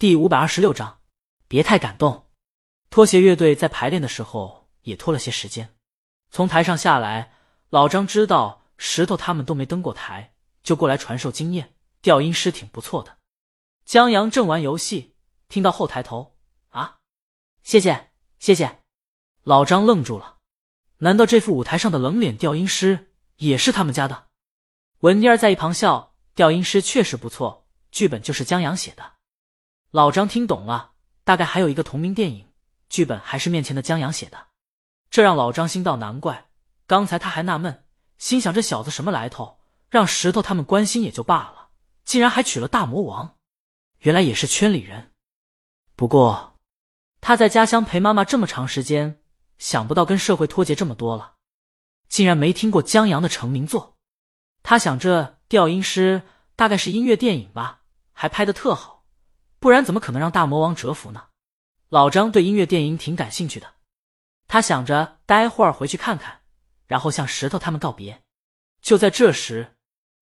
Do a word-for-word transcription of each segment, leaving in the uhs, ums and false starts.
第五百二十六章，别太感动。拖鞋乐队在排练的时候也拖了些时间。从台上下来，老张知道石头他们都没登过台，就过来传授经验。调音师挺不错的。江阳正玩游戏，听到后抬头，啊，谢谢谢谢。老张愣住了，难道这副舞台上的冷脸调音师也是他们家的？文妮儿在一旁笑，调音师确实不错，剧本就是江阳写的。老张听懂了，大概还有一个同名电影，剧本还是面前的江阳写的。这让老张心道难怪，刚才他还纳闷，心想这小子什么来头，让石头他们关心也就罢了，竟然还娶了大魔王，原来也是圈里人。不过他在家乡陪妈妈这么长时间，想不到跟社会脱节这么多了，竟然没听过江阳的成名作。他想这调音师大概是音乐电影吧，还拍得特好，不然怎么可能让大魔王折服呢？老张对音乐电影挺感兴趣的，他想着待会儿回去看看，然后向石头他们告别。就在这时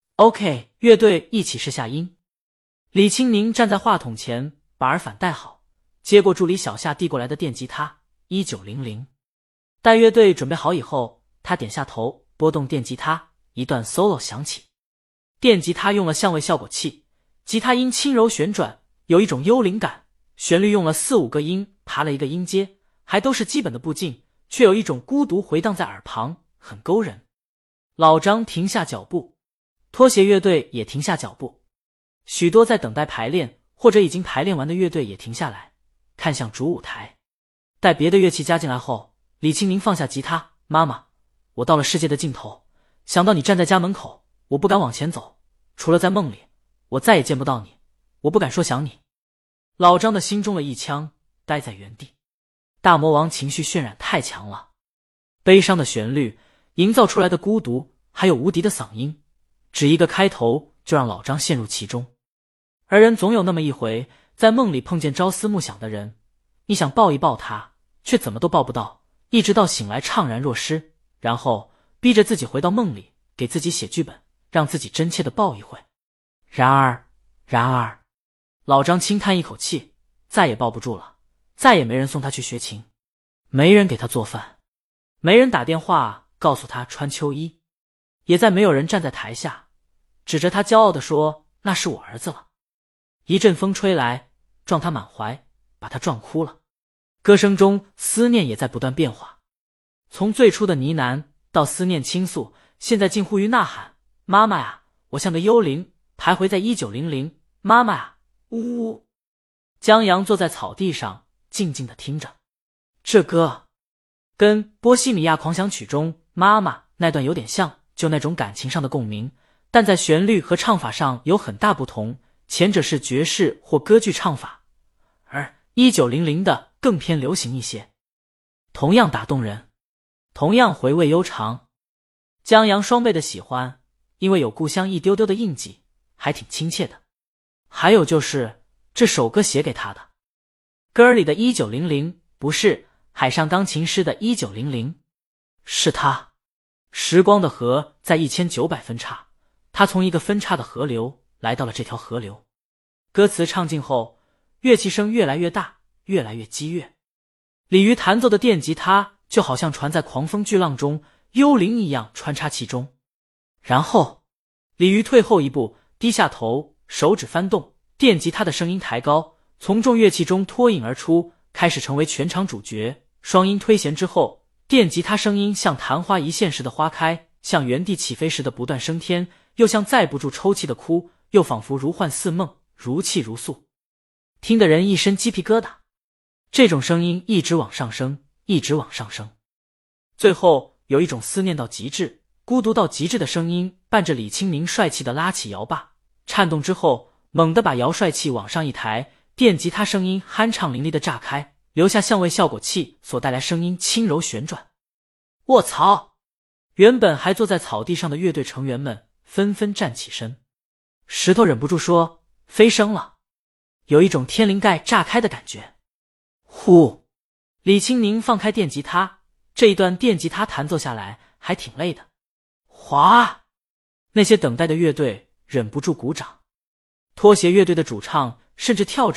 OK 乐队一起试下音。李青宁站在话筒前，把耳返戴好，接过助理小夏递过来的电吉他一九零零。待乐队准备好以后，他点下头拨动电吉他，一段 solo 响起。电吉他用了相位效果器，吉他音轻柔旋转，有一种幽灵感，旋律用了四五个音爬了一个音阶，还都是基本的步进，却有一种孤独回荡在耳旁，很勾人。老张停下脚步，拖鞋乐队也停下脚步，许多在等待排练或者已经排练完的乐队也停下来，看向主舞台。待别的乐器加进来后，李青宁放下吉他，妈妈，我到了世界的尽头，想到你站在家门口，我不敢往前走，除了在梦里，我再也见不到你，我不敢说想你。老张的心中了一枪，呆在原地。大魔王情绪渲染太强了，悲伤的旋律营造出来的孤独，还有无敌的嗓音，只一个开头就让老张陷入其中。而人总有那么一回，在梦里碰见朝思暮想的人，你想抱一抱他，却怎么都抱不到，一直到醒来怅然若失，然后逼着自己回到梦里，给自己写剧本，让自己真切的抱一回。然而然而老张轻叹一口气，再也抱不住了，再也没人送他去学琴，没人给他做饭，没人打电话告诉他穿秋衣，也再没有人站在台下指着他骄傲地说那是我儿子了。一阵风吹来，撞他满怀，把他撞哭了。歌声中思念也在不断变化，从最初的呢喃到思念倾诉，现在近乎于呐喊，妈妈呀，我像个幽灵徘徊在一九零零，妈妈呀，呜呜。江阳坐在草地上静静地听着，这歌跟《波西米亚狂想曲》中妈妈那段有点像，就那种感情上的共鸣，但在旋律和唱法上有很大不同，前者是爵士或歌剧唱法，而一九零零的更偏流行一些，同样打动人，同样回味悠长。江阳双倍的喜欢，因为有故乡一丢丢的印记，还挺亲切的。还有就是这首歌写给他的，歌里的一九零零不是海上钢琴师的一九零零，是他。时光的河在一千九百分叉，他从一个分叉的河流来到了这条河流。歌词唱尽后，乐器声越来越大，越来越激越。鲤鱼弹奏的电吉他就好像船在狂风巨浪中，幽灵一样穿插其中。然后鲤鱼退后一步，低下头，手指翻动，电吉他的声音抬高，从众乐器中脱颖而出，开始成为全场主角。双音推弦之后，电吉他声音像昙花一现时的花开，像原地起飞时的不断升天，又像载不住抽泣的哭，又仿佛如幻似梦，如泣如诉，听得人一身鸡皮疙瘩。这种声音一直往上升，一直往上升，最后有一种思念到极致，孤独到极致的声音，伴着李清明帅气地拉起摇把，颤动之后猛地把摇帅气往上一抬，电吉他声音酣畅淋漓地炸开，留下相位效果器所带来声音轻柔旋转。卧槽！原本还坐在草地上的乐队成员们纷纷站起身。石头忍不住说，飞升了，有一种天灵盖炸开的感觉。呼！李清宁放开电吉他，这一段电吉他弹奏下来还挺累的。哗！那些等待的乐队忍不住鼓掌，拖鞋乐队的主唱甚至跳着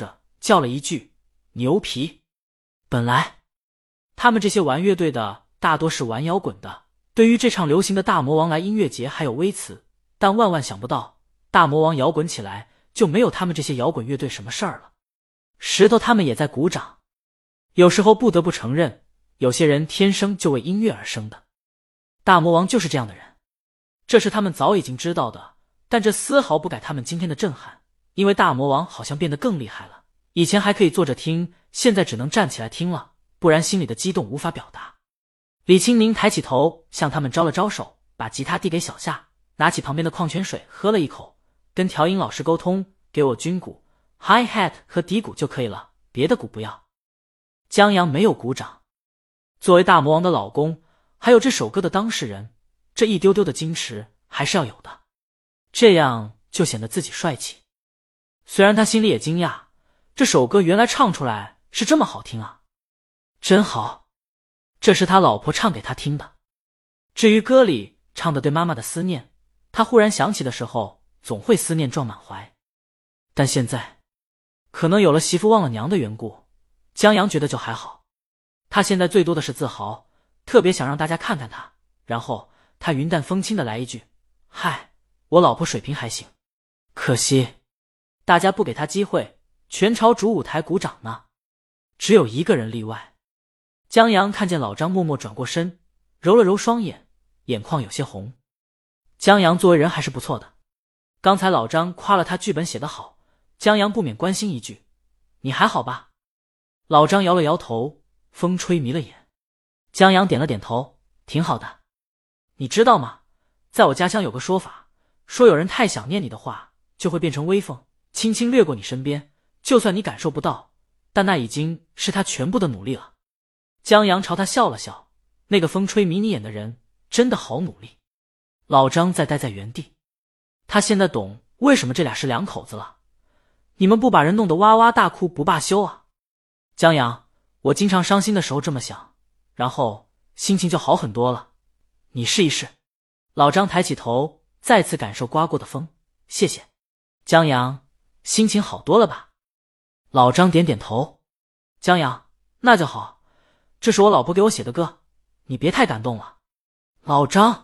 叫了一句牛皮。本来他们这些玩乐队的大多是玩摇滚的，对于这场流行的大魔王来音乐节还有微词，但万万想不到大魔王摇滚起来就没有他们这些摇滚乐队什么事儿了。石头他们也在鼓掌。有时候不得不承认，有些人天生就为音乐而生的。大魔王就是这样的人，这是他们早已经知道的，但这丝毫不改他们今天的震撼，因为大魔王好像变得更厉害了。以前还可以坐着听，现在只能站起来听了，不然心里的激动无法表达。李清明抬起头向他们招了招手，把吉他递给小夏，拿起旁边的矿泉水喝了一口，跟调音老师沟通，给我军鼓、hi-hat 和底鼓就可以了，别的鼓不要。江阳没有鼓掌。作为大魔王的老公，还有这首歌的当事人，这一丢丢的矜持还是要有的，这样就显得自己帅气。虽然他心里也惊讶，这首歌原来唱出来是这么好听啊，真好。这是他老婆唱给他听的。至于歌里唱的对妈妈的思念，他忽然想起的时候，总会思念撞满怀。但现在，可能有了媳妇忘了娘的缘故，江阳觉得就还好。他现在最多的是自豪，特别想让大家看看他，然后他云淡风轻的来一句：嗨，我老婆水平还行。可惜大家不给他机会，全朝主舞台鼓掌呢。只有一个人例外。江阳看见老张默默转过身，揉了揉双眼，眼眶有些红。江阳作为人还是不错的，刚才老张夸了他剧本写得好，江阳不免关心一句：你还好吧？老张摇了摇头，风吹迷了眼。江阳点了点头，挺好的。你知道吗，在我家乡有个说法，说有人太想念你的话，就会变成微风，轻轻掠过你身边，就算你感受不到，但那已经是他全部的努力了。江阳朝他笑了笑，那个风吹迷你眼的人真的好努力。老张再待在原地，他现在懂为什么这俩是两口子了。你们不把人弄得哇哇大哭不罢休啊？江阳，我经常伤心的时候这么想，然后心情就好很多了。你试一试。老张抬起头，再次感受刮过的风。谢谢。江阳，心情好多了吧？老张点点头。江阳，那就好。这是我老婆给我写的歌，你别太感动了。老张。